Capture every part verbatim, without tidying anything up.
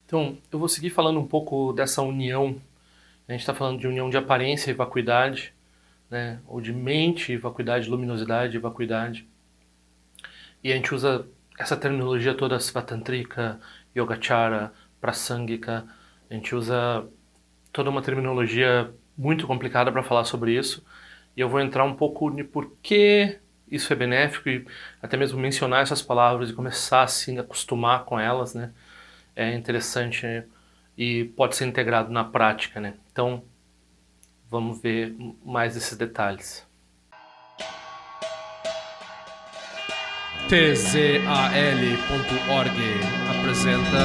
Então, eu vou seguir falando um pouco dessa união. A gente está falando de união de aparência e vacuidade, né? Ou de mente e vacuidade, luminosidade e vacuidade. E a gente usa essa terminologia toda, Svatantrika, Yogacara, Prasangika. A gente usa toda uma terminologia muito complicada para falar sobre isso. E eu vou entrar um pouco de por que isso é benéfico e até mesmo mencionar essas palavras e começar a se acostumar com elas, né? É interessante, né? E pode ser integrado na prática, né? Então, vamos ver mais esses detalhes. T Z A L ponto org apresenta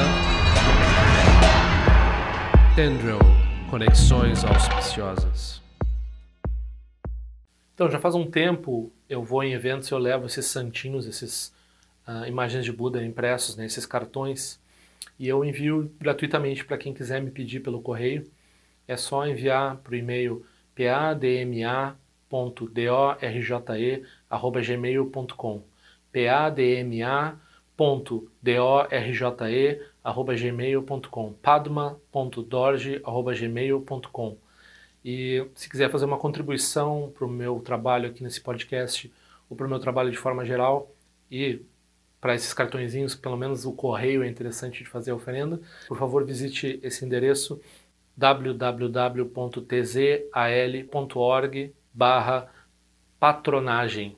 Tendril, Conexões Auspiciosas. Então, já faz um tempo eu vou em eventos e eu levo esses santinhos, essas uh, imagens de Buda impressos, né, esses cartões, e eu envio gratuitamente para quem quiser me pedir pelo correio. É só enviar para o e-mail padma ponto dorje arroba gmail ponto com padma ponto dorje arroba gmail ponto com padma ponto dorje arroba gmail ponto com. E se quiser fazer uma contribuição para o meu trabalho aqui nesse podcast ou para o meu trabalho de forma geral e para esses cartõezinhos, pelo menos o correio é interessante de fazer a oferenda, por favor visite esse endereço w w w ponto t z a l ponto org barra patronagem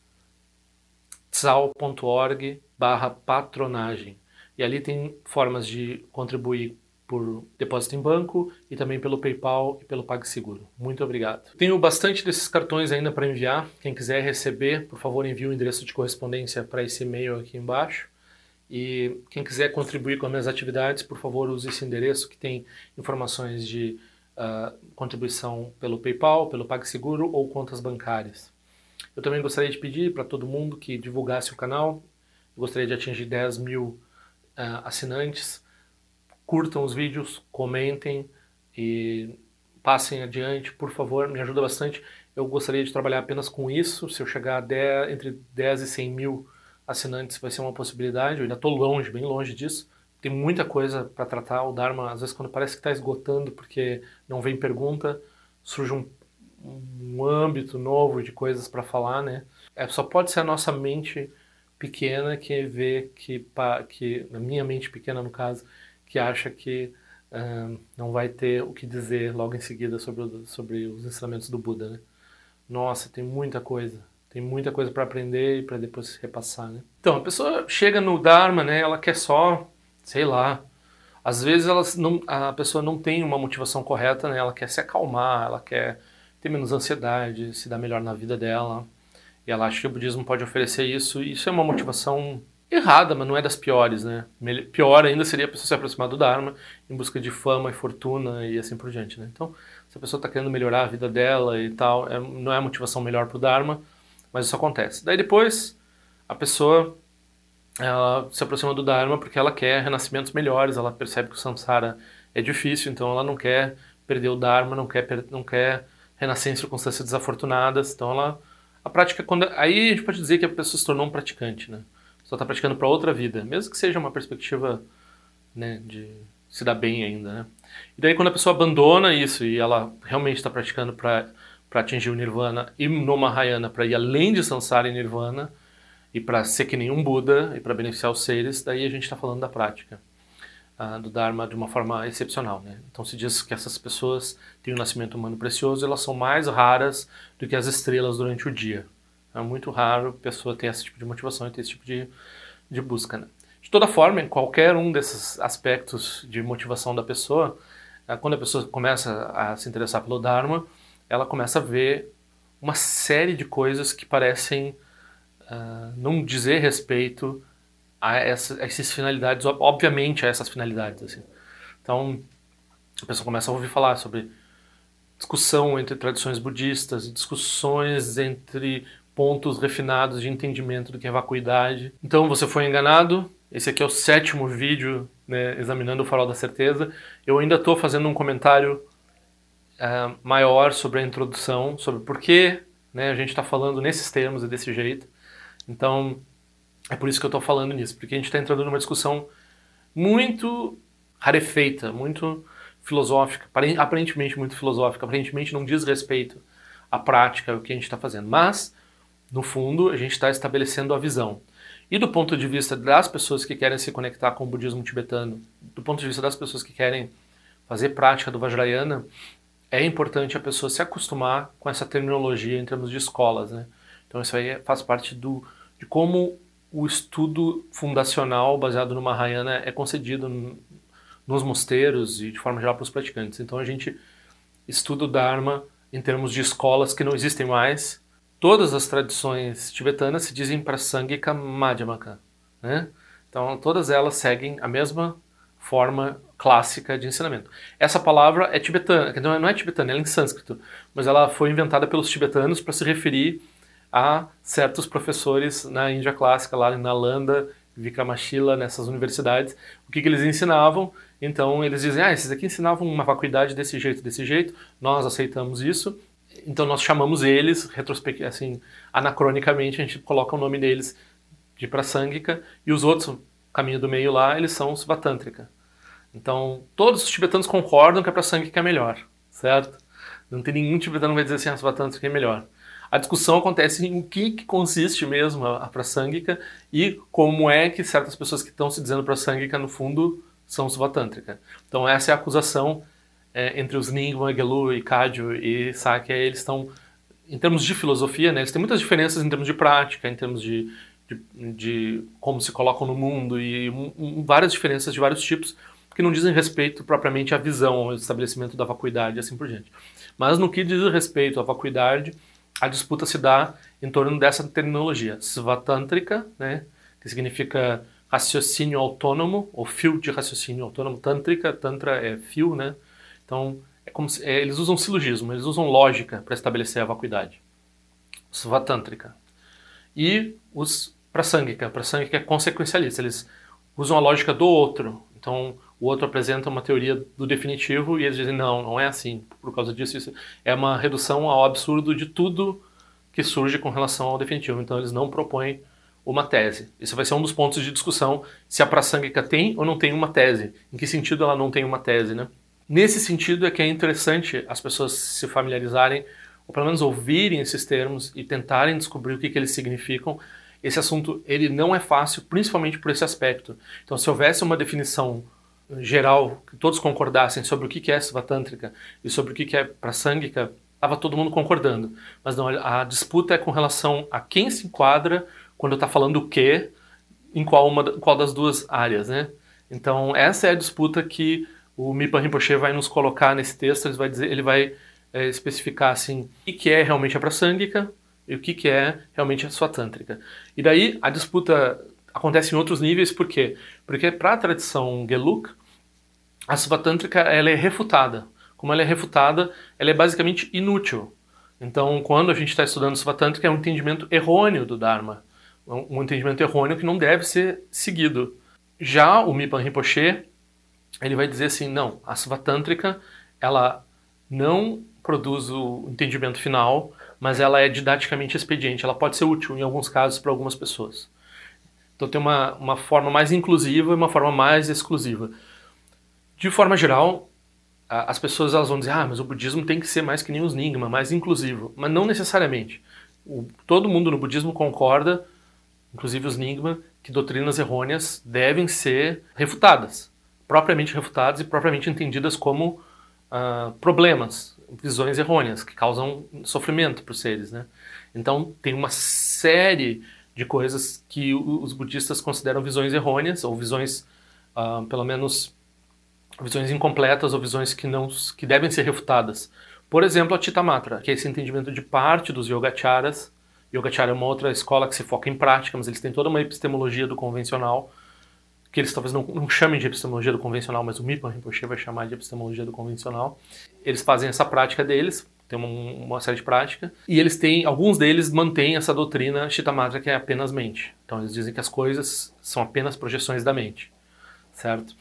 tzal ponto org barra patronagem. E ali tem formas de contribuir por depósito em banco e também pelo PayPal e pelo PagSeguro. Muito obrigado. Tenho bastante desses cartões ainda para enviar. Quem quiser receber, por favor, envie o endereço de correspondência para esse e-mail aqui embaixo. E quem quiser contribuir com as minhas atividades, por favor, use esse endereço que tem informações de uh, contribuição pelo PayPal, pelo PagSeguro ou contas bancárias. Eu também gostaria de pedir para todo mundo que divulgasse o canal. Eu gostaria de atingir dez mil uh, assinantes. Curtam os vídeos, comentem e passem adiante, por favor, me ajuda bastante. Eu gostaria de trabalhar apenas com isso. Se eu chegar a dez, entre dez e cem mil assinantes vai ser uma possibilidade. Eu ainda estou longe, bem longe disso. Tem muita coisa para tratar. O Dharma, às vezes, quando parece que está esgotando porque não vem pergunta, surge um, um âmbito novo de coisas para falar, né? É, só pode ser a nossa mente pequena que vê que, que, na minha mente pequena no caso, que acha que uh, não vai ter o que dizer logo em seguida sobre, sobre os ensinamentos do Buda, né? Nossa, tem muita coisa. Tem muita coisa para aprender e para depois se repassar, né? Então, a pessoa chega no Dharma, né? Ela quer só, sei lá, às vezes ela não, a pessoa não tem uma motivação correta, né? Ela quer se acalmar, ela quer ter menos ansiedade, se dar melhor na vida dela. E ela acha que o budismo pode oferecer isso. E isso é uma motivação errada, mas não é das piores, né? Pior ainda seria a pessoa se aproximar do Dharma em busca de fama e fortuna e assim por diante, né? Então, se a pessoa está querendo melhorar a vida dela e tal, é, não é a motivação melhor para o Dharma, mas isso acontece. Daí depois, a pessoa ela se aproxima do Dharma porque ela quer renascimentos melhores, ela percebe que o samsara é difícil, então ela não quer perder o Dharma, não quer, não quer renascer em circunstâncias desafortunadas, então ela... A prática, quando, aí a gente pode dizer que a pessoa se tornou um praticante, né? Só está praticando para outra vida, mesmo que seja uma perspectiva, né, de se dar bem ainda, né? E daí quando a pessoa abandona isso e ela realmente está praticando para para atingir o Nirvana e no Mahayana para ir além de Samsara e Nirvana e para ser que nem um Buda e para beneficiar os seres, daí a gente está falando da prática uh, do Dharma de uma forma excepcional, né? Então se diz que essas pessoas têm um nascimento humano precioso, elas são mais raras do que as estrelas durante o dia. É muito raro a pessoa ter esse tipo de motivação e ter esse tipo de, de busca, né? De toda forma, em qualquer um desses aspectos de motivação da pessoa, quando a pessoa começa a se interessar pelo Dharma, ela começa a ver uma série de coisas que parecem uh, não dizer respeito a, essa, a essas finalidades, obviamente a essas finalidades, assim. Então, a pessoa começa a ouvir falar sobre discussão entre tradições budistas, discussões entre pontos refinados de entendimento do que é vacuidade. Então você foi enganado. Esse aqui é o sétimo vídeo, né, examinando o Farol da Certeza. Eu ainda estou fazendo um comentário uh, maior sobre a introdução, sobre por que, né, a gente está falando nesses termos e desse jeito. Então é por isso que eu estou falando nisso, porque a gente está entrando numa discussão muito rarefeita, muito filosófica, aparentemente muito filosófica, aparentemente não diz respeito à prática, o que a gente está fazendo. Mas, no fundo, a gente está estabelecendo a visão. E do ponto de vista das pessoas que querem se conectar com o budismo tibetano, do ponto de vista das pessoas que querem fazer prática do Vajrayana, é importante a pessoa se acostumar com essa terminologia em termos de escolas, né? Então isso aí faz parte do, de como o estudo fundacional baseado no Mahayana é concedido nos mosteiros e de forma geral para os praticantes. Então a gente estuda o Dharma em termos de escolas que não existem mais. Todas as tradições tibetanas se dizem Prasangika Madhyamaka, né? Então todas elas seguem a mesma forma clássica de ensinamento. Essa palavra é tibetana, não é tibetana, ela é em sânscrito, mas ela foi inventada pelos tibetanos para se referir a certos professores na Índia clássica, lá em Nalanda, Vikramashila, nessas universidades. O que, que eles ensinavam? Então eles dizem, ah, esses aqui ensinavam uma vacuidade desse jeito, desse jeito, nós aceitamos isso, então nós chamamos eles, retrospect... assim, anacronicamente, a gente coloca o nome deles de Prasangika, e os outros, caminho do meio lá, eles são os Svatântrika. Então, todos os tibetanos concordam que a Prasangika é melhor, certo? Não tem nenhum tibetano que vai dizer assim, a Svatântrika é melhor. A discussão acontece em que, que consiste mesmo a, a Prasangika e como é que certas pessoas que estão se dizendo Prasangika, no fundo, são Svatântrika. Então, essa é a acusação é, entre os Nyingma, Gelu, e Kagyu e Sakya. Eles estão, em termos de filosofia, né, eles têm muitas diferenças em termos de prática, em termos de De, de como se colocam no mundo e um, um, várias diferenças de vários tipos que não dizem respeito propriamente à visão, ao estabelecimento da vacuidade e assim por diante. Mas no que diz respeito à vacuidade, a disputa se dá em torno dessa terminologia Svatântrika, né, que significa raciocínio autônomo, ou fio de raciocínio autônomo. Tântrica, tantra é fio, né? Então é como se, é, eles usam silogismo, eles usam lógica para estabelecer a vacuidade. Svatântrika. E os Prasangika. Prasangika é consequencialista. Eles usam a lógica do outro. Então, o outro apresenta uma teoria do definitivo e eles dizem, não, não é assim. Por causa disso, isso é uma redução ao absurdo de tudo que surge com relação ao definitivo. Então, eles não propõem uma tese. Isso vai ser um dos pontos de discussão, se a Prasangika tem ou não tem uma tese. Em que sentido ela não tem uma tese, né? Nesse sentido é que é interessante as pessoas se familiarizarem ou pelo menos ouvirem esses termos e tentarem descobrir o que, que eles significam. Esse assunto ele não é fácil, principalmente por esse aspecto. Então, se houvesse uma definição geral, que todos concordassem sobre o que, que é Svatântrika e sobre o que, que é Prasangika, estava todo mundo concordando. Mas não, a disputa é com relação a quem se enquadra quando está falando o quê, em qual, uma, qual das duas áreas, né? Então, essa é a disputa que o Mipa Rinpoche vai nos colocar nesse texto. Ele vai dizer, ele vai É, especificar assim, o que, que é realmente a Prasangika e o que, que é realmente a Svatântrika. E daí a disputa acontece em outros níveis, por quê? Porque para a tradição Geluk, a Svatântrika ela é refutada. Como ela é refutada, ela é basicamente inútil. Então, quando a gente está estudando Svatântrika, é um entendimento errôneo do Dharma, um entendimento errôneo que não deve ser seguido. Já o Mipa Rinpoche, ele vai dizer assim, não, a Svatântrika, ela não produz o entendimento final, mas ela é didaticamente expediente. Ela pode ser útil, em alguns casos, para algumas pessoas. Então tem uma, uma forma mais inclusiva e uma forma mais exclusiva. De forma geral, a, as pessoas elas vão dizer, ah, mas o budismo tem que ser mais que nem os Nyingma, mais inclusivo. Mas não necessariamente. O, todo mundo no budismo concorda, inclusive os Nyingma, que doutrinas errôneas devem ser refutadas. Propriamente refutadas e propriamente entendidas como uh, problemas, visões errôneas, que causam sofrimento para os seres, né? Então tem uma série de coisas que os budistas consideram visões errôneas, ou visões, uh, pelo menos, visões incompletas, ou visões que, não, que devem ser refutadas. Por exemplo, a Chittamatra, que é esse entendimento de parte dos Yogacharas. Yogacara é uma outra escola que se foca em prática, mas eles têm toda uma epistemologia do convencional, que eles talvez não, não chamem de epistemologia do convencional, mas o Mipa Rinpoche vai chamar de epistemologia do convencional. Eles fazem essa prática deles, tem uma, uma série de prática, e eles têm, alguns deles mantêm essa doutrina Chittamatra, que é apenas mente. Então eles dizem que as coisas são apenas projeções da mente, certo?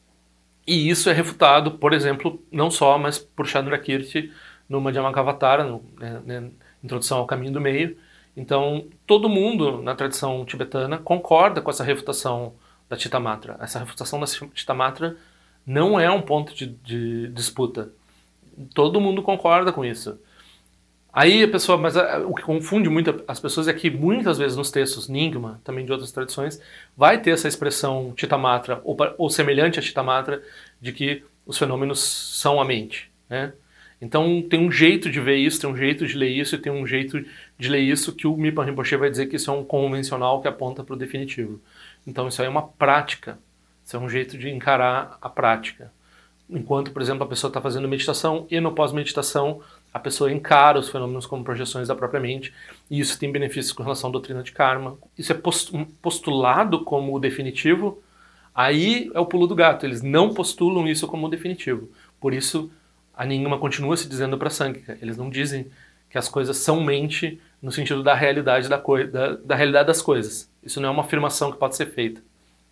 E isso é refutado, por exemplo, não só, mas por Chandrakirti no Madhyamakavatara, no, né, né, Introdução ao Caminho do Meio. Então todo mundo na tradição tibetana concorda com essa refutação da Chittamatra. Essa refutação da Chittamatra Não é um ponto de, de disputa. Todo mundo concorda com isso. Aí a pessoa, mas a, o que confunde muito as pessoas é que muitas vezes nos textos Nyingma, também de outras tradições, vai ter essa expressão Chittamatra, ou, ou semelhante a Chittamatra, de que os fenômenos são a mente, né? Então tem um jeito de ver isso, tem um jeito de ler isso, e tem um jeito de ler isso que o Mipa Rinpoche vai dizer que isso é um convencional que aponta para o definitivo. Então isso aí é uma prática, isso é um jeito de encarar a prática. Enquanto, por exemplo, a pessoa está fazendo meditação e no pós-meditação a pessoa encara os fenômenos como projeções da própria mente, e isso tem benefícios com relação à doutrina de karma. Isso é postulado como definitivo, aí é o pulo do gato, eles não postulam isso como definitivo. Por isso a Nyingma continua se dizendo para Sangika, eles não dizem que as coisas são mente no sentido da realidade, da, da, da realidade das coisas. Isso não é uma afirmação que pode ser feita.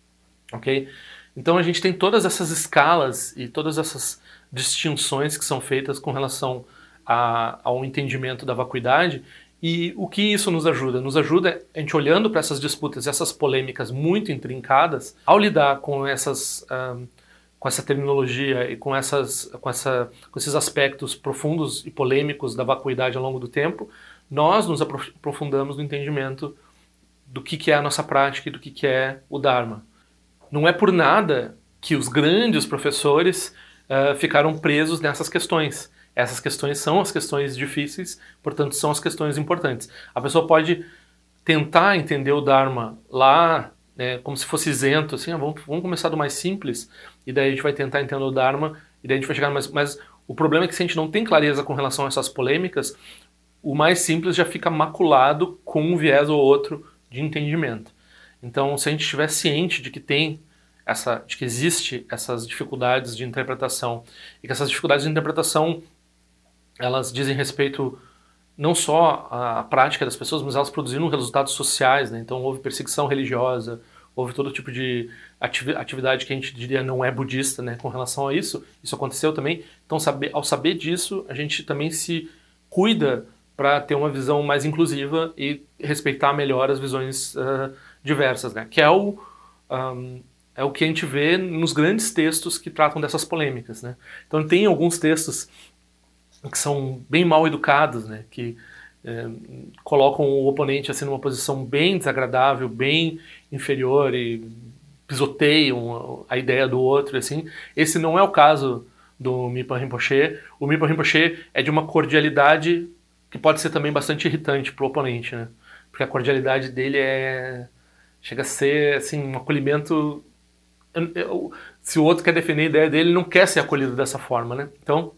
Ok? Então a gente tem todas essas escalas e todas essas distinções que são feitas com relação a, ao entendimento da vacuidade, e o que isso nos ajuda? Nos ajuda a gente olhando para essas disputas, essas polêmicas muito intrincadas, ao lidar com essas... Um, com essa terminologia e com, essas, com, essa, com esses aspectos profundos e polêmicos da vacuidade ao longo do tempo, nós nos aprofundamos no entendimento do que, que é a nossa prática e do que, que é o Dharma. Não é por nada que os grandes professores uh, ficaram presos nessas questões. Essas questões são as questões difíceis, portanto são as questões importantes. A pessoa pode tentar entender o Dharma lá, né, como se fosse isento, assim, ah, vamos, vamos começar do mais simples, e daí a gente vai tentar entender o Dharma, e daí a gente vai chegar no mais... Mas o problema é que se a gente não tem clareza com relação a essas polêmicas, o mais simples já fica maculado com um viés ou outro de entendimento. Então, se a gente estiver ciente de que tem essa, de que existe essas dificuldades de interpretação, e que essas dificuldades de interpretação, elas dizem respeito não só à prática das pessoas, mas elas produziram resultados sociais, né? Então houve perseguição religiosa, houve todo tipo de atividade que a gente diria não é budista, né, com relação a isso. Isso aconteceu também. Então, saber, ao saber disso, a gente também se cuida para ter uma visão mais inclusiva e respeitar melhor as visões uh, diversas, né? Que é o, um, é o que a gente vê nos grandes textos que tratam dessas polêmicas, né? Então tem alguns textos que são bem mal educados, né, que é, colocam o oponente assim numa posição bem desagradável, bem inferior e pisoteiam a ideia do outro, assim. Esse não é o caso do Mipa Rinpoche. O Mipa Rinpoche é de uma cordialidade que pode ser também bastante irritante para o oponente, né, porque a cordialidade dele é chega a ser assim um acolhimento. Eu, eu, se o outro quer defender a ideia dele, ele não quer ser acolhido dessa forma, né? Então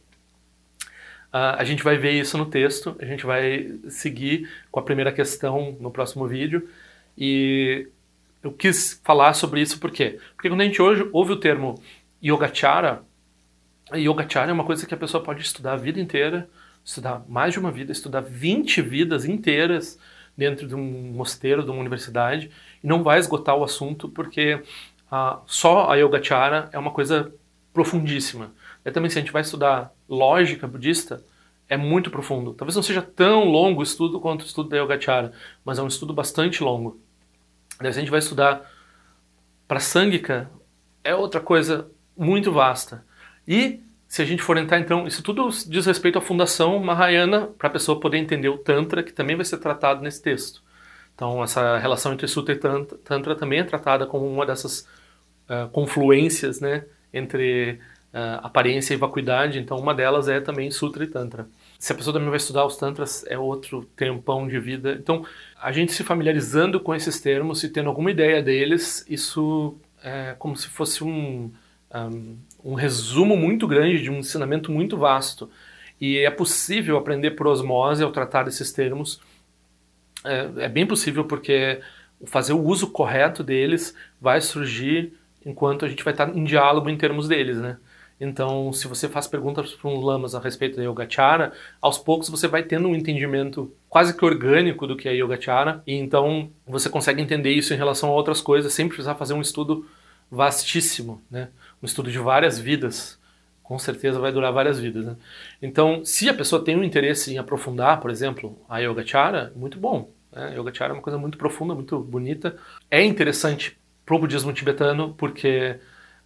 Uh, a gente vai ver isso no texto, a gente vai seguir com a primeira questão no próximo vídeo, e eu quis falar sobre isso por quê? Porque quando a gente hoje ouve o termo Yogacara, Yogacara é uma coisa que a pessoa pode estudar a vida inteira, estudar mais de uma vida, estudar vinte vidas inteiras dentro de um mosteiro, de uma universidade, e não vai esgotar o assunto, porque uh, só a Yogacara é uma coisa profundíssima. E também, se a gente vai estudar lógica budista, é muito profundo. Talvez não seja tão longo o estudo quanto o estudo da Yogacara, mas é um estudo bastante longo. Daí, se a gente vai estudar para Sangika, é outra coisa muito vasta. E se a gente for entrar, então, isso tudo diz respeito à fundação Mahayana, para a pessoa poder entender o Tantra, que também vai ser tratado nesse texto. Então, essa relação entre Sutra e Tantra, tantra também é tratada como uma dessas uh, confluências, né, entre Uh, aparência e vacuidade. Então uma delas é também Sutra e Tantra. Se a pessoa também vai estudar os Tantras, é outro tempão de vida. Então a gente se familiarizando com esses termos e tendo alguma ideia deles, isso é como se fosse um, um, um resumo muito grande de um ensinamento muito vasto. E é possível aprender por osmose ao tratar desses termos. É, é bem possível, porque fazer o uso correto deles vai surgir enquanto a gente vai estar em diálogo em termos deles, né? Então, se você faz perguntas para um lamas a respeito da Yogacara, aos poucos você vai tendo um entendimento quase que orgânico do que é Yogacara, e então você consegue entender isso em relação a outras coisas, sem precisar fazer um estudo vastíssimo, né? Um estudo de várias vidas. Com certeza vai durar várias vidas, né? Então, se a pessoa tem um interesse em aprofundar, por exemplo, a Yogacara, muito bom, né? Yogacara é uma coisa muito profunda, muito bonita. É interessante para o budismo tibetano, porque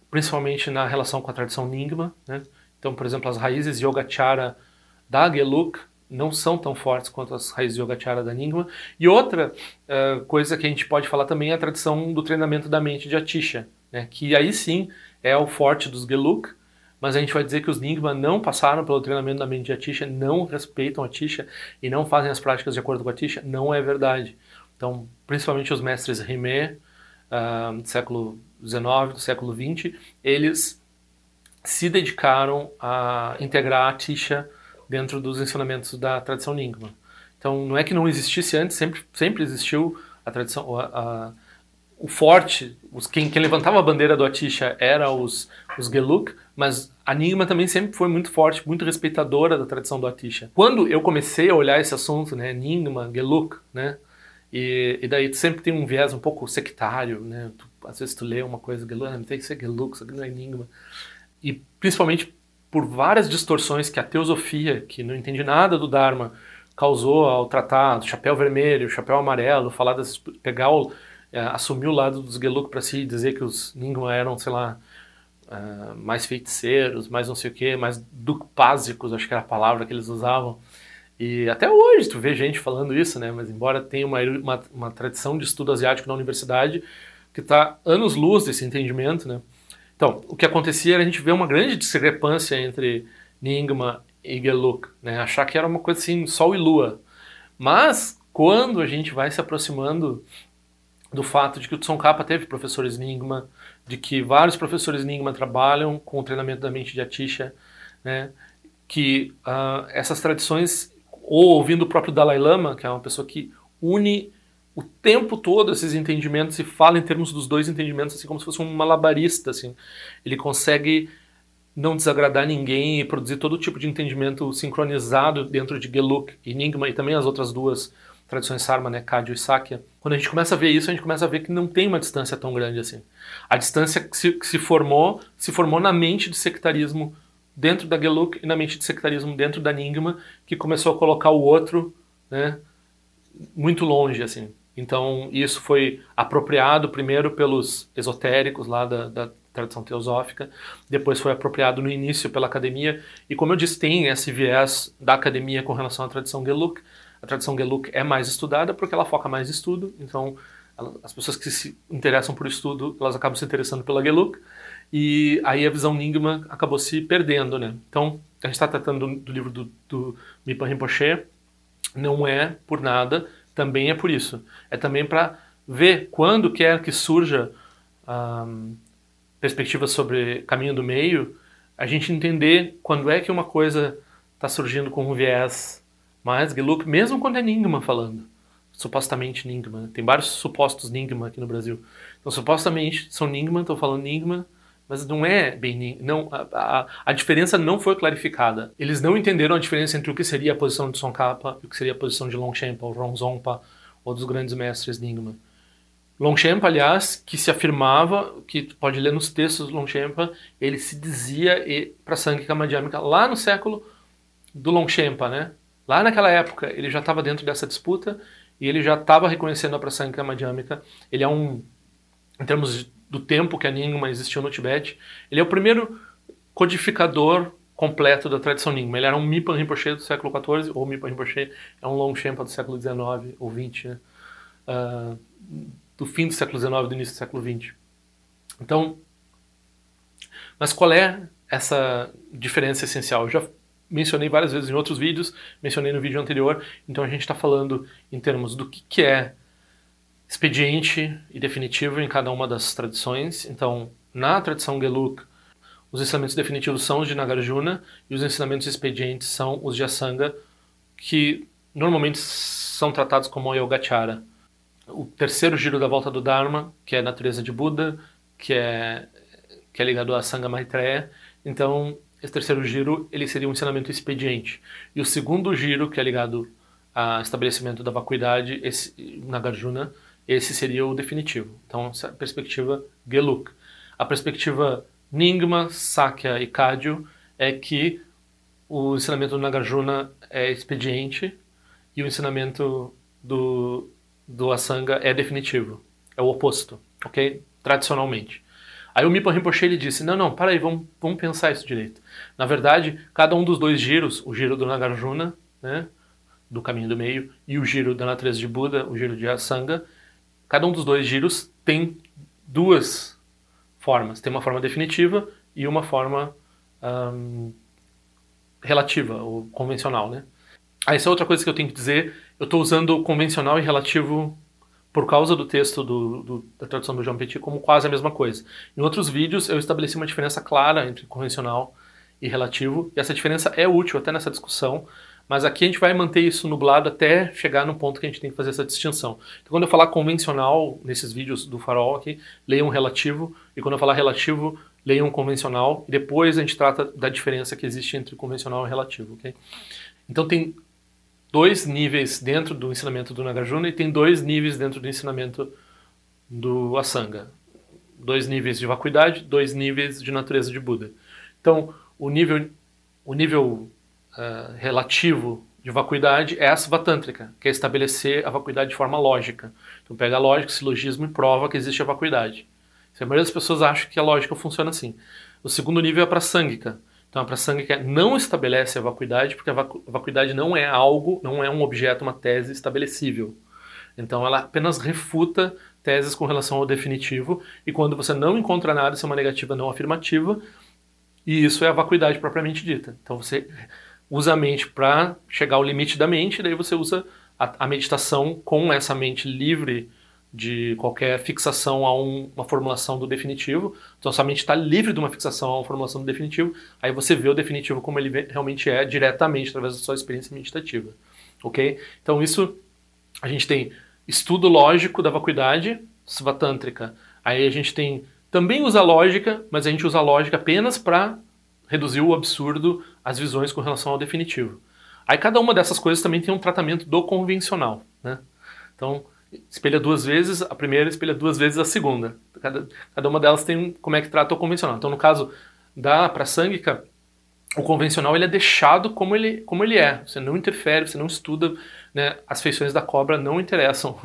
principalmente na relação com a tradição Nyingma, né? Então, por exemplo, as raízes Yogacara da Gelug não são tão fortes quanto as raízes Yogacara da Nyingma. E outra uh, coisa que a gente pode falar também é a tradição do treinamento da mente de Atisha, né? Que aí sim é o forte dos Gelug, mas a gente vai dizer que os Nyingma não passaram pelo treinamento da mente de Atisha, não respeitam Atisha e não fazem as práticas de acordo com Atisha. Não é verdade. Então, principalmente os mestres Rimé, uh, do século dezenove, do século vinte, eles se dedicaram a integrar Atisha dentro dos ensinamentos da tradição Nyingma. Então, não é que não existisse antes, sempre, sempre existiu a tradição, a, a, o forte, os, quem, quem levantava a bandeira do Atisha era os, os Gelug, mas a Nyingma também sempre foi muito forte, muito respeitadora da tradição do Atisha. Quando eu comecei a olhar esse assunto, né, Nyingma, Gelug, né, e, e daí sempre tem um viés um pouco sectário, né, tu, às vezes tu lê uma coisa, Gelug, tem que ser Gelug, isso aqui não é Nyingma. E principalmente por várias distorções que a teosofia, que não entende nada do Dharma, causou ao tratar do chapéu vermelho, chapéu amarelo, falar das, pegar o, é, assumir o lado dos Gelug para si, dizer que os Nyingma eram, sei lá, uh, mais feiticeiros, mais não sei o que, mais dupásicos, acho que era a palavra que eles usavam. E até hoje tu vê gente falando isso, né? Mas embora tenha uma, uma, uma tradição de estudo asiático na universidade que está anos-luz desse entendimento, né? Então, o que acontecia era a gente ver uma grande discrepância entre Nyingma e Gelug, né? Achar que era uma coisa assim, sol e lua. Mas, quando a gente vai se aproximando do fato de que o Tsongkhapa teve professores Nyingma, de que vários professores Nyingma trabalham com o treinamento da mente de Atisha, né? Que uh, essas tradições, ou ouvindo o próprio Dalai Lama, que é uma pessoa que une o tempo todo esses entendimentos e fala em termos dos dois entendimentos assim como se fosse um malabarista, assim. Ele consegue não desagradar ninguém e produzir todo tipo de entendimento sincronizado dentro de Gelug e Nyingma e também as outras duas tradições Sarma, né, Kagyu e Sakya. Quando a gente começa a ver isso, a gente começa a ver que não tem uma distância tão grande assim. A distância que se, que se formou, se formou na mente de sectarismo dentro da Gelug e na mente de sectarismo dentro da Nyingma, que começou a colocar o outro, né, muito longe, assim. Então, isso foi apropriado primeiro pelos esotéricos lá da, da tradição teosófica, depois foi apropriado no início pela academia, e como eu disse, tem esse viés da academia com relação à tradição Gelug. A tradição Gelug é mais estudada porque ela foca mais em estudo, então ela, as pessoas que se interessam por estudo, elas acabam se interessando pela Gelug, e aí a visão Nyingma acabou se perdendo, né? Então, a gente está tratando do, do livro do, do Mipa Rinpoche, não é por nada, também é por isso. É também para ver quando quer que surja um, perspectivas sobre caminho do meio, a gente entender quando é que uma coisa está surgindo com um viés mais Gelug, mesmo quando é Nyingma falando. Supostamente Nyingma. Tem vários supostos Nyingma aqui no Brasil. Então, supostamente são Nyingma, estão falando Nyingma, mas não é bem Nyingma. Não, a, a, a diferença não foi clarificada. Eles não entenderam a diferença entre o que seria a posição de Tsongkhapa e o que seria a posição de Longchenpa, ou Ronzongpa, ou dos grandes mestres Nyingma. Longchenpa, aliás, que se afirmava, que tu pode ler nos textos do Longchenpa, ele se dizia para Sangha Madhyamika lá no século do Longchenpa, né? Lá naquela época, ele já estava dentro dessa disputa e ele já estava reconhecendo a Prasangha Madhyamika. Ele é um, em termos do tempo que a Nyingma existiu no Tibete, ele é o primeiro codificador completo da tradição Nyingma. Ele era um Mipa Rinpoche do século quatorze, ou Mipa Rinpoche é um Longchenpa do século dezenove ou vinte, né? Uh, do fim do século dezenove, do início do século vinte. Então, mas qual é essa diferença essencial? Eu já mencionei várias vezes em outros vídeos, mencionei no vídeo anterior, então a gente está falando em termos do que, que é expediente e definitivo em cada uma das tradições. Então, na tradição Gelug, os ensinamentos definitivos são os de Nagarjuna e os ensinamentos expedientes são os de Asanga, que normalmente são tratados como Yogacara. O terceiro giro da volta do Dharma, que é a natureza de Buda, que é, que é ligado a Sangha Maitreya. Então, esse terceiro giro ele seria um ensinamento expediente. E o segundo giro, que é ligado ao estabelecimento da vacuidade, esse, Nagarjuna, esse seria o definitivo. Então, essa perspectiva Gelug. A perspectiva Nyingma, Sakya e Kagyu é que o ensinamento do Nagarjuna é expediente e o ensinamento do, do Asanga é definitivo. É o oposto, ok? Tradicionalmente. Aí o Mipo Rinpoche ele disse, não, não, para aí, vamos, vamos pensar isso direito. Na verdade, cada um dos dois giros, o giro do Nagarjuna, né, do caminho do meio, e o giro da natureza de Buda, o giro de Asanga, cada um dos dois giros tem duas formas. Tem uma forma definitiva e uma forma hum, relativa, ou convencional, né? Ah, essa é outra coisa que eu tenho que dizer. Eu estou usando o convencional e relativo por causa do texto do, do, da tradução do Jean Petit como quase a mesma coisa. Em outros vídeos eu estabeleci uma diferença clara entre convencional e relativo, e essa diferença é útil até nessa discussão, mas aqui a gente vai manter isso nublado até chegar no ponto que a gente tem que fazer essa distinção. Então quando eu falar convencional nesses vídeos do Farol aqui, leiam relativo, e quando eu falar relativo, leiam convencional, e depois a gente trata da diferença que existe entre convencional e relativo, ok? Então tem dois níveis dentro do ensinamento do Nagarjuna e tem dois níveis dentro do ensinamento do Asanga. Dois níveis de vacuidade, dois níveis de natureza de Buda. Então, o nível, o nível uh, relativo de vacuidade é a Svatântrika, que é estabelecer a vacuidade de forma lógica. Então, pega a lógica, o silogismo e prova que existe a vacuidade. A maioria das pessoas acha que a lógica funciona assim. O segundo nível é a Prasangika. Então a Prasangika não estabelece a vacuidade, porque a vacu vacuidade não é algo, não é um objeto, uma tese estabelecível. Então ela apenas refuta teses com relação ao definitivo, e quando você não encontra nada, isso é uma negativa não afirmativa, e isso é a vacuidade propriamente dita. Então você usa a mente para chegar ao limite da mente, e daí você usa a, a meditação com essa mente livre de qualquer fixação a um, uma formulação do definitivo. Então sua mente está livre de uma fixação a uma formulação do definitivo, aí você vê o definitivo como ele realmente é, diretamente, através da sua experiência meditativa. Ok? Então isso, a gente tem estudo lógico da vacuidade, Svatântrika. Aí a gente tem, também usa lógica, mas a gente usa a lógica apenas para reduzir o absurdo, as visões com relação ao definitivo. Aí cada uma dessas coisas também tem um tratamento do convencional, né? Então, espelha duas vezes, a primeira espelha duas vezes a segunda. Cada, cada uma delas tem um, como é que trata o convencional. Então, no caso da Prasangika, o convencional ele é deixado como ele, como ele é. Você não interfere, você não estuda, né? As feições da cobra não interessam.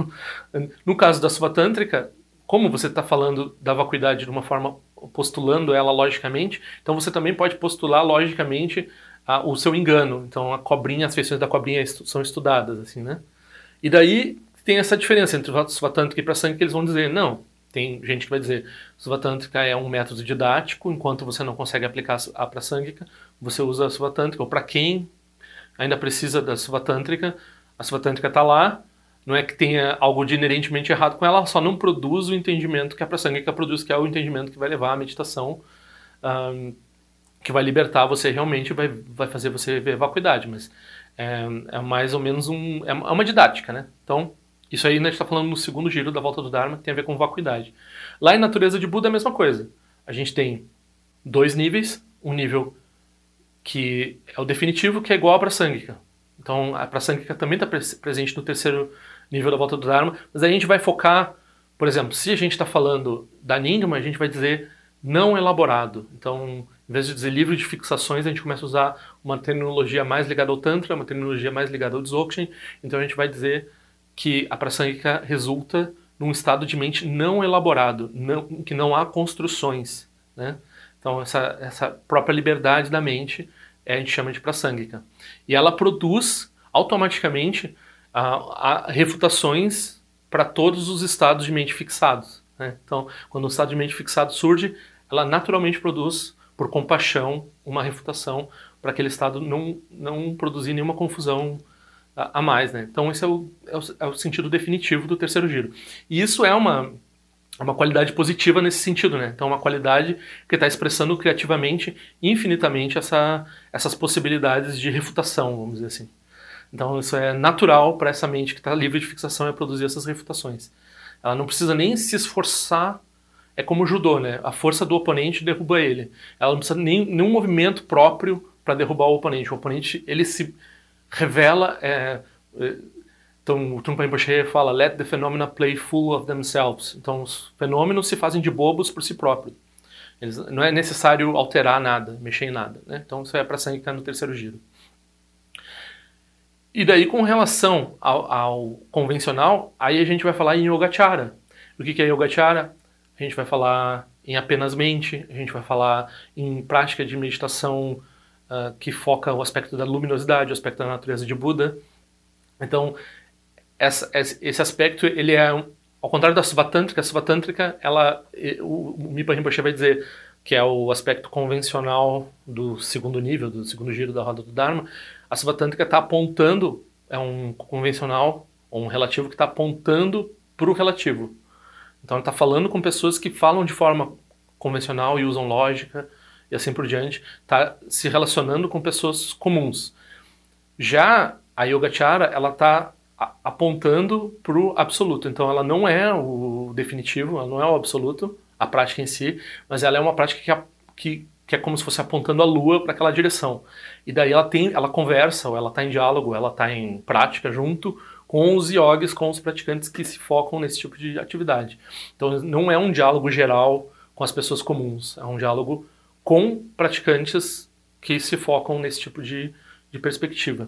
No caso da Svatântrika, como você está falando da vacuidade de uma forma, postulando ela logicamente, então você também pode postular logicamente a, o seu engano. Então a cobrinha, as feições da cobrinha estu, são estudadas, assim, né? E daí tem essa diferença entre o Svatântrika e Prasangika, que eles vão dizer, não, tem gente que vai dizer, Svatântrika é um método didático, enquanto você não consegue aplicar a Prasangika, você usa a Svatântrika, ou para quem ainda precisa da Svatântrika, a Svatântrika está lá, não é que tenha algo de inerentemente errado com ela, ela só não produz o entendimento que a Prasangika produz, que é o entendimento que vai levar à meditação, um, que vai libertar você realmente, vai, vai fazer você ver vacuidade, mas é, é mais ou menos um, é uma didática, né? Então, isso aí a gente está falando no segundo giro da volta do Dharma, que tem a ver com vacuidade. Lá em natureza de Buda é a mesma coisa. A gente tem dois níveis, um nível que é o definitivo, que é igual à Prasangika. Então a Prasangika também está presente no terceiro nível da volta do Dharma, mas aí a gente vai focar, por exemplo, se a gente está falando da Nyingma, a gente vai dizer não elaborado. Então, em vez de dizer livro de fixações, a gente começa a usar uma terminologia mais ligada ao Tantra, uma terminologia mais ligada ao Dzogchen. Então a gente vai dizer que a Prasangika resulta num estado de mente não elaborado, não, que não há construções, né? Então essa, essa própria liberdade da mente é, a gente chama de Prasangika. E ela produz automaticamente a, a refutações para todos os estados de mente fixados, né? Então quando o estado de mente fixado surge, ela naturalmente produz, por compaixão, uma refutação para aquele estado não, não produzir nenhuma confusão a mais, né? Então esse é o, é, o, é o sentido definitivo do terceiro giro. E isso é uma, uma qualidade positiva nesse sentido, né? Então uma qualidade que está expressando criativamente, infinitamente, essa, essas possibilidades de refutação, vamos dizer assim. Então isso é natural para essa mente que está livre de fixação, é produzir essas refutações. Ela não precisa nem se esforçar, é como o judô, né? A força do oponente derruba ele. Ela não precisa nem nenhum movimento próprio para derrubar o oponente. O oponente, ele se revela, é, então o Trungpa Rinpoche fala, let the phenomena play full of themselves. Então os fenômenos se fazem de bobos por si próprios. Eles, não é necessário alterar nada, mexer em nada, né? Então isso é para Prasangika no terceiro giro. E daí com relação ao, ao convencional, aí a gente vai falar em Yogacara. O que, que é Yogacara? A gente vai falar em apenas mente, a gente vai falar em prática de meditação uh, que foca o aspecto da luminosidade, o aspecto da natureza de Buda. Então, essa, esse aspecto, ele é, ao contrário da Suva Tântrica, a Suva Tântrica, ela, o, o Mipa Rinpoche vai dizer que é o aspecto convencional do segundo nível, do segundo giro da roda do Dharma. A Suva Tântrica está apontando, é um convencional, um relativo que está apontando para o relativo. Então ele está falando com pessoas que falam de forma convencional e usam lógica e assim por diante. Está se relacionando com pessoas comuns. Já a Yogacara, ela está apontando para o absoluto. Então ela não é o definitivo, ela não é o absoluto, a prática em si, mas ela é uma prática que, que, que é como se fosse apontando a lua para aquela direção. E daí ela, tem, ela conversa, ou ela está em diálogo, ela está em prática junto com os yogis, com os praticantes que se focam nesse tipo de atividade. Então não é um diálogo geral com as pessoas comuns, é um diálogo com praticantes que se focam nesse tipo de, de perspectiva.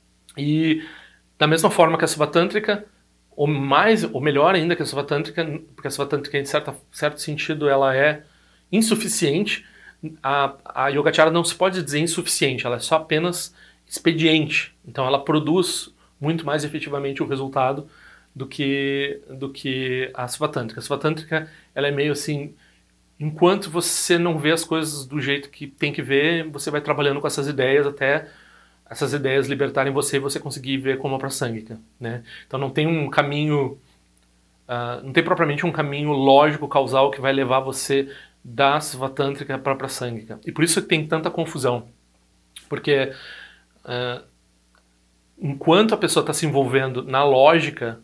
E da mesma forma que a Suva Tântrica, ou mais, ou melhor ainda que a Suva Tântrica, porque a Suva Tântrica em certa, certo sentido ela é insuficiente, a, a Yogacara não se pode dizer insuficiente, ela é só apenas expediente. Então ela produz muito mais efetivamente o resultado do que, do que a Suva Tântrica. A Suva Tântrica, ela é meio assim, enquanto você não vê as coisas do jeito que tem que ver, você vai trabalhando com essas ideias até essas ideias libertarem você e você conseguir ver como a Prasangika, né? Então não tem um caminho, uh, não tem propriamente um caminho lógico, causal, que vai levar você da Suva Tântrica para a Prasangika. E por isso que tem tanta confusão. Porque uh, enquanto a pessoa está se envolvendo na lógica,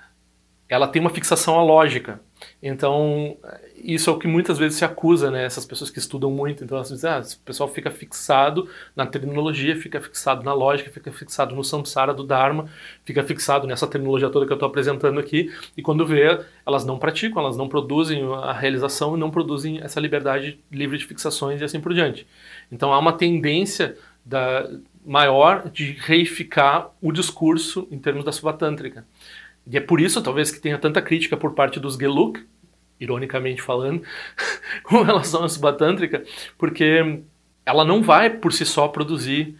ela tem uma fixação à lógica. Então, isso é o que muitas vezes se acusa, né? Essas pessoas que estudam muito. Então, elas dizem, ah, o pessoal fica fixado na terminologia, fica fixado na lógica, fica fixado no samsara do Dharma, fica fixado nessa terminologia toda que eu estou apresentando aqui, e quando vê, elas não praticam, elas não produzem a realização e não produzem essa liberdade livre de fixações e assim por diante. Então, há uma tendência da, maior de reificar o discurso em termos da Suva Tântrica. E é por isso, talvez, que tenha tanta crítica por parte dos Geluk, ironicamente falando, com relação à Suva Tântrica, porque ela não vai, por si só, produzir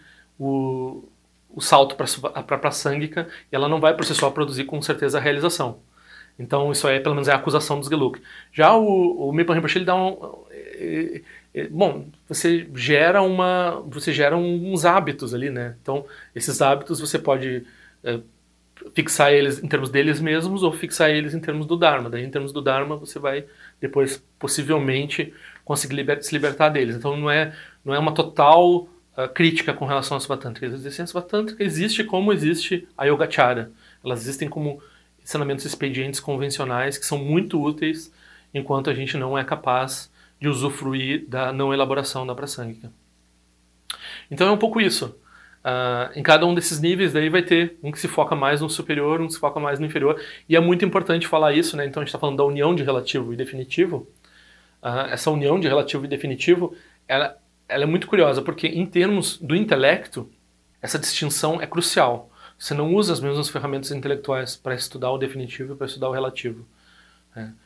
o, o salto para a Prasangika, e ela não vai, por si só, produzir, com certeza, a realização. Então, isso aí, pelo menos, é a acusação dos Geluk. Já o, o Mipa Rinpoche, ele dá um... É, é, bom, você gera, uma, você gera uns hábitos ali, né? Então, esses hábitos você pode... É, fixar eles em termos deles mesmos ou fixar eles em termos do Dharma. Daí, em termos do Dharma, você vai depois, possivelmente, conseguir liber- se libertar deles. Então, não é, não é uma total uh, crítica com relação à Suva Tântrica. Eles dizem, a Suva Tântrica existe como existe a Yogacara. Elas existem como ensinamentos expedientes convencionais que são muito úteis enquanto a gente não é capaz de usufruir da não elaboração da Prasangika. Então, é um pouco isso. Uh, em cada um desses níveis daí vai ter um que se foca mais no superior, um que se foca mais no inferior, e é muito importante falar isso, né? Então a gente está falando da união de relativo e definitivo. Uh, essa união de relativo e definitivo, ela, ela é muito curiosa, porque em termos do intelecto, essa distinção é crucial. Você não usa as mesmas ferramentas intelectuais para estudar o definitivo e para estudar o relativo. Né?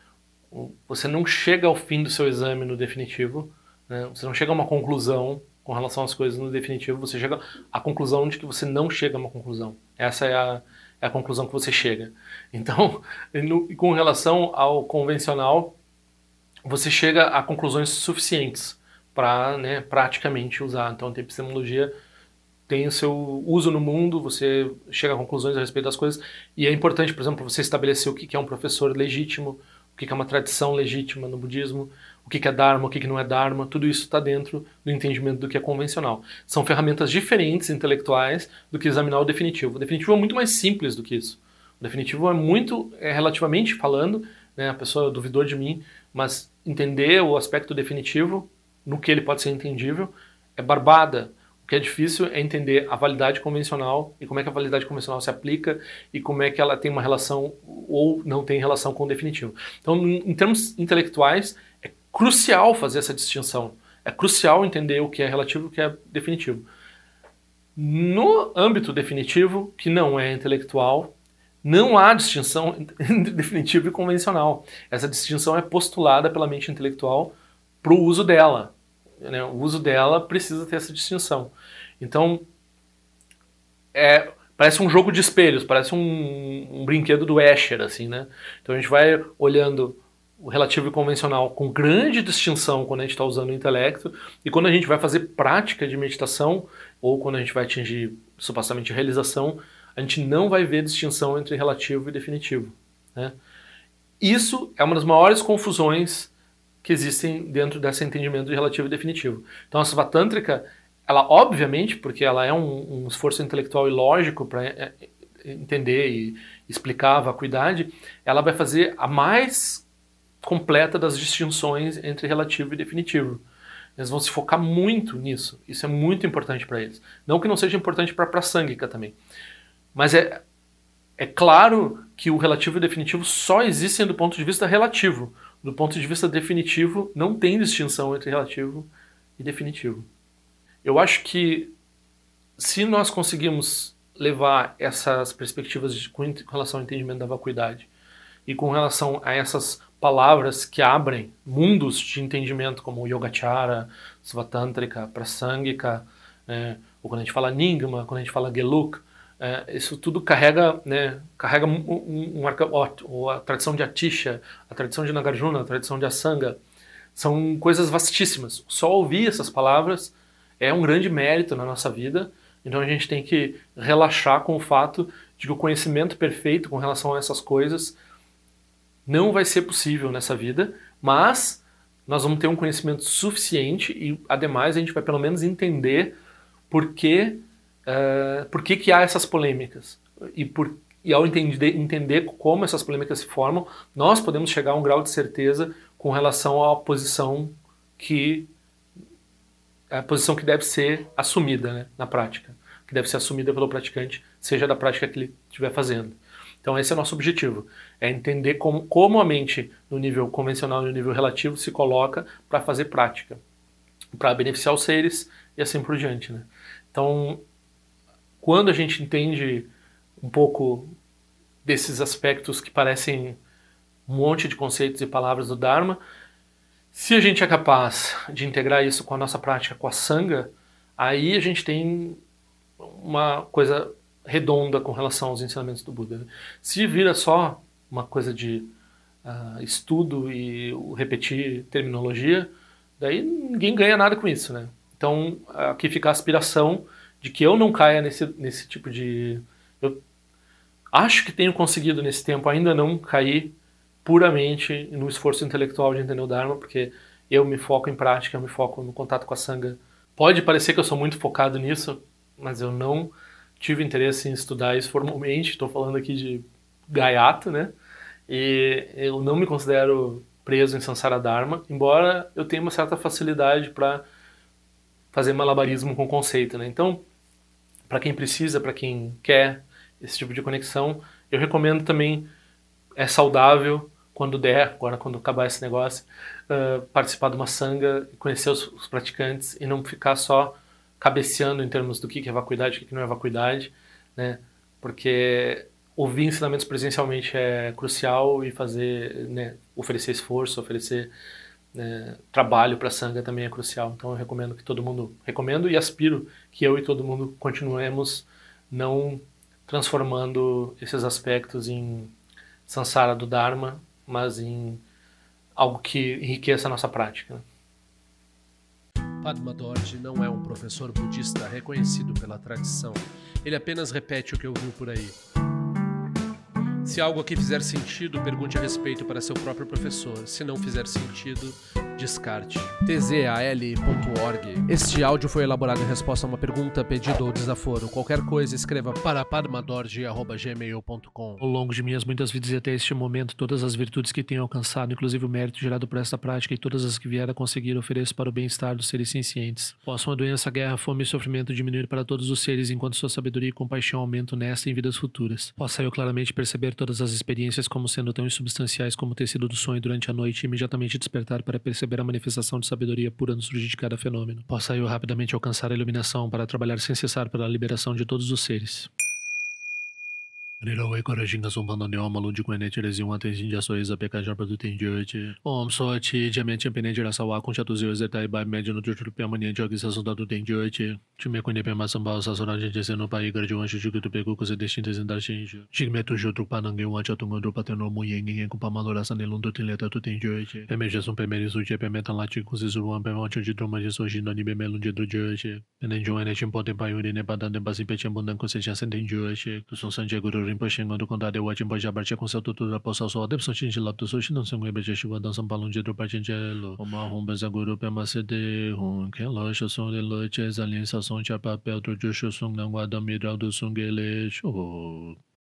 Você não chega ao fim do seu exame no definitivo, né? Você não chega a uma conclusão com relação às coisas no definitivo, você chega à conclusão de que você não chega a uma conclusão. Essa é a, é a conclusão que você chega. Então, no, com relação ao convencional, você chega a conclusões suficientes para, né, praticamente usar. Então, a epistemologia tem o seu uso no mundo, você chega a conclusões a respeito das coisas, e é importante, por exemplo, você estabelecer o que é um professor legítimo, o que é uma tradição legítima no budismo, o que é Dharma, o que não é Dharma, tudo isso está dentro do entendimento do que é convencional. São ferramentas diferentes intelectuais do que examinar o definitivo. O definitivo é muito mais simples do que isso. O definitivo é muito, é, relativamente falando, né, a pessoa duvidou de mim, mas entender o aspecto definitivo, no que ele pode ser entendível, é barbada. O que é difícil é entender a validade convencional e como é que a validade convencional se aplica e como é que ela tem uma relação ou não tem relação com o definitivo. Então, em termos intelectuais, é crucial fazer essa distinção. É crucial entender o que é relativo e o que é definitivo. No âmbito definitivo, que não é intelectual, Não há distinção entre definitivo e convencional. Essa distinção é postulada pela mente intelectual para o uso dela. Né? O uso dela precisa ter essa distinção. Então, é, parece um jogo de espelhos, parece um, um brinquedo do Escher, assim, né? Então a gente vai olhando o relativo e convencional com grande distinção quando a gente está usando o intelecto, e quando a gente vai fazer prática de meditação, ou quando a gente vai atingir supostamente realização, a gente não vai ver distinção entre relativo e definitivo. Né? Isso é uma das maiores confusões que existem dentro desse entendimento de relativo e definitivo. Então a Svatântrika, ela obviamente, porque ela é um, um esforço intelectual e lógico para entender e explicar a vacuidade, ela vai fazer a mais completa das distinções entre relativo e definitivo. Eles vão se focar muito nisso. Isso é muito importante para eles. Não que não seja importante para a Prasangika também. Mas é, é claro que o relativo e o definitivo só existem do ponto de vista relativo. Do ponto de vista definitivo, não tem distinção entre relativo e definitivo. Eu acho que se nós conseguimos levar essas perspectivas de, com relação ao entendimento da vacuidade e com relação a essas palavras que abrem mundos de entendimento, como Yogacara, Svatântrika, Prasangika, é, ou quando a gente fala Nyingma, quando a gente fala Geluk, é, isso tudo carrega, né, carrega um, um, um arca, ou a tradição de Atisha, a tradição de Nagarjuna, a tradição de Asanga, são coisas vastíssimas. Só ouvir essas palavras é um grande mérito na nossa vida, então a gente tem que relaxar com o fato de que o conhecimento perfeito com relação a essas coisas não vai ser possível nessa vida, mas nós vamos ter um conhecimento suficiente e, ademais, a gente vai pelo menos entender por que, uh, por que, que há essas polêmicas. E, por, e ao entender, entender como essas polêmicas se formam, nós podemos chegar a um grau de certeza com relação à posição que, a posição que deve ser assumida, né, na prática, que deve ser assumida pelo praticante, seja da prática que ele estiver fazendo. Então esse é o nosso objetivo, é entender como, como a mente no nível convencional e no nível relativo se coloca para fazer prática, para beneficiar os seres e assim por diante. Né? Então, quando a gente entende um pouco desses aspectos que parecem um monte de conceitos e palavras do Dharma, se a gente é capaz de integrar isso com a nossa prática, com a Sangha, aí a gente tem uma coisa redonda com relação aos ensinamentos do Buda. Né? Se vira só uma coisa de uh, estudo e repetir terminologia, daí ninguém ganha nada com isso. Né? Então aqui fica a aspiração de que eu não caia nesse, nesse tipo de... Eu acho que tenho conseguido nesse tempo ainda não cair puramente no esforço intelectual de entender o Dharma, porque eu me foco em prática, eu me foco no contato com a Sangha. Pode parecer que eu sou muito focado nisso, mas eu não tive interesse em estudar isso formalmente, estou falando aqui de gaiato, né? E eu não me considero preso em Samsara Dharma, embora eu tenha uma certa facilidade para fazer malabarismo com o conceito, né? Então, para quem precisa, para quem quer esse tipo de conexão, eu recomendo também, é saudável, quando der, agora quando acabar esse negócio, uh, participar de uma sangha, conhecer os, os praticantes e não ficar só cabeceando em termos do que é vacuidade e o que não é vacuidade, né? Porque ouvir ensinamentos presencialmente é crucial e fazer, né, oferecer esforço, oferecer, né, trabalho para a Sangha também é crucial. Então eu recomendo que todo mundo, recomendo e aspiro que eu e todo mundo continuemos não transformando esses aspectos em samsara do Dharma, mas em algo que enriqueça a nossa prática. Né? Padma Dorje não é um professor budista reconhecido pela tradição. Ele apenas repete o que ouviu por aí. Se algo aqui fizer sentido, pergunte a respeito para seu próprio professor. Se não fizer sentido, descarte. t z a l ponto org. Este áudio foi elaborado em resposta a uma pergunta, pedido ou desaforo. Qualquer coisa, escreva para padmadorje arroba gmail ponto com. Ao longo de minhas muitas vidas e até este momento, todas as virtudes que tenho alcançado, inclusive o mérito gerado por esta prática e todas as que vier a conseguir, ofereço para o bem-estar dos seres cientes. Possam a doença, a guerra, a fome e o sofrimento diminuir para todos os seres, enquanto sua sabedoria e compaixão aumentam nesta e em vidas futuras. Possa eu claramente perceber todas as experiências como sendo tão insubstanciais como o tecido do sonho durante a noite e imediatamente despertar para perceber a manifestação de sabedoria pura no surgir de cada fenômeno. Possa eu rapidamente alcançar a iluminação para trabalhar sem cessar pela liberação de todos os seres. Nirawe Korajinga Sumpana Neoma Lundi Quenete Rezium Atenzinja Soiza Pekajar Produtin Dirt. Om Sorte, Diamante Penente Rasawa com Chatuzio Zetai Bai Médio no Tutu Permanente Organização da Tutem Dirt. Time Quene Pema Sambal Sassora Gente Seno Pai Garde Wancho Chico Tu Pecu Coisa Destintas em Darchinja. Chigmeto Jutru Panangue Wancha Tungandu Pateno Muyeng com Pamalora Sanelun Tutileta Tutem Dirt. Emergência Pemeri Suja Pemetan Lati com Zizuan Pemancho de Troma de Sojino Nibe Melun de Dirt. Enenjo Enet Impotem Paiuri Nebadan de Basi Pechembunan Consciência Sentem Dirt. Tu São Santiago Rinpoche do condado de Wajimbo Jabarche com seu tutor da poça só deve sortir de lá do sul não são ebe chuva dançam balão de tropa gelo uma rumba zaguru pema cede um que loja som de loja alien sação de papel do joshua song não guarda midral do sungele show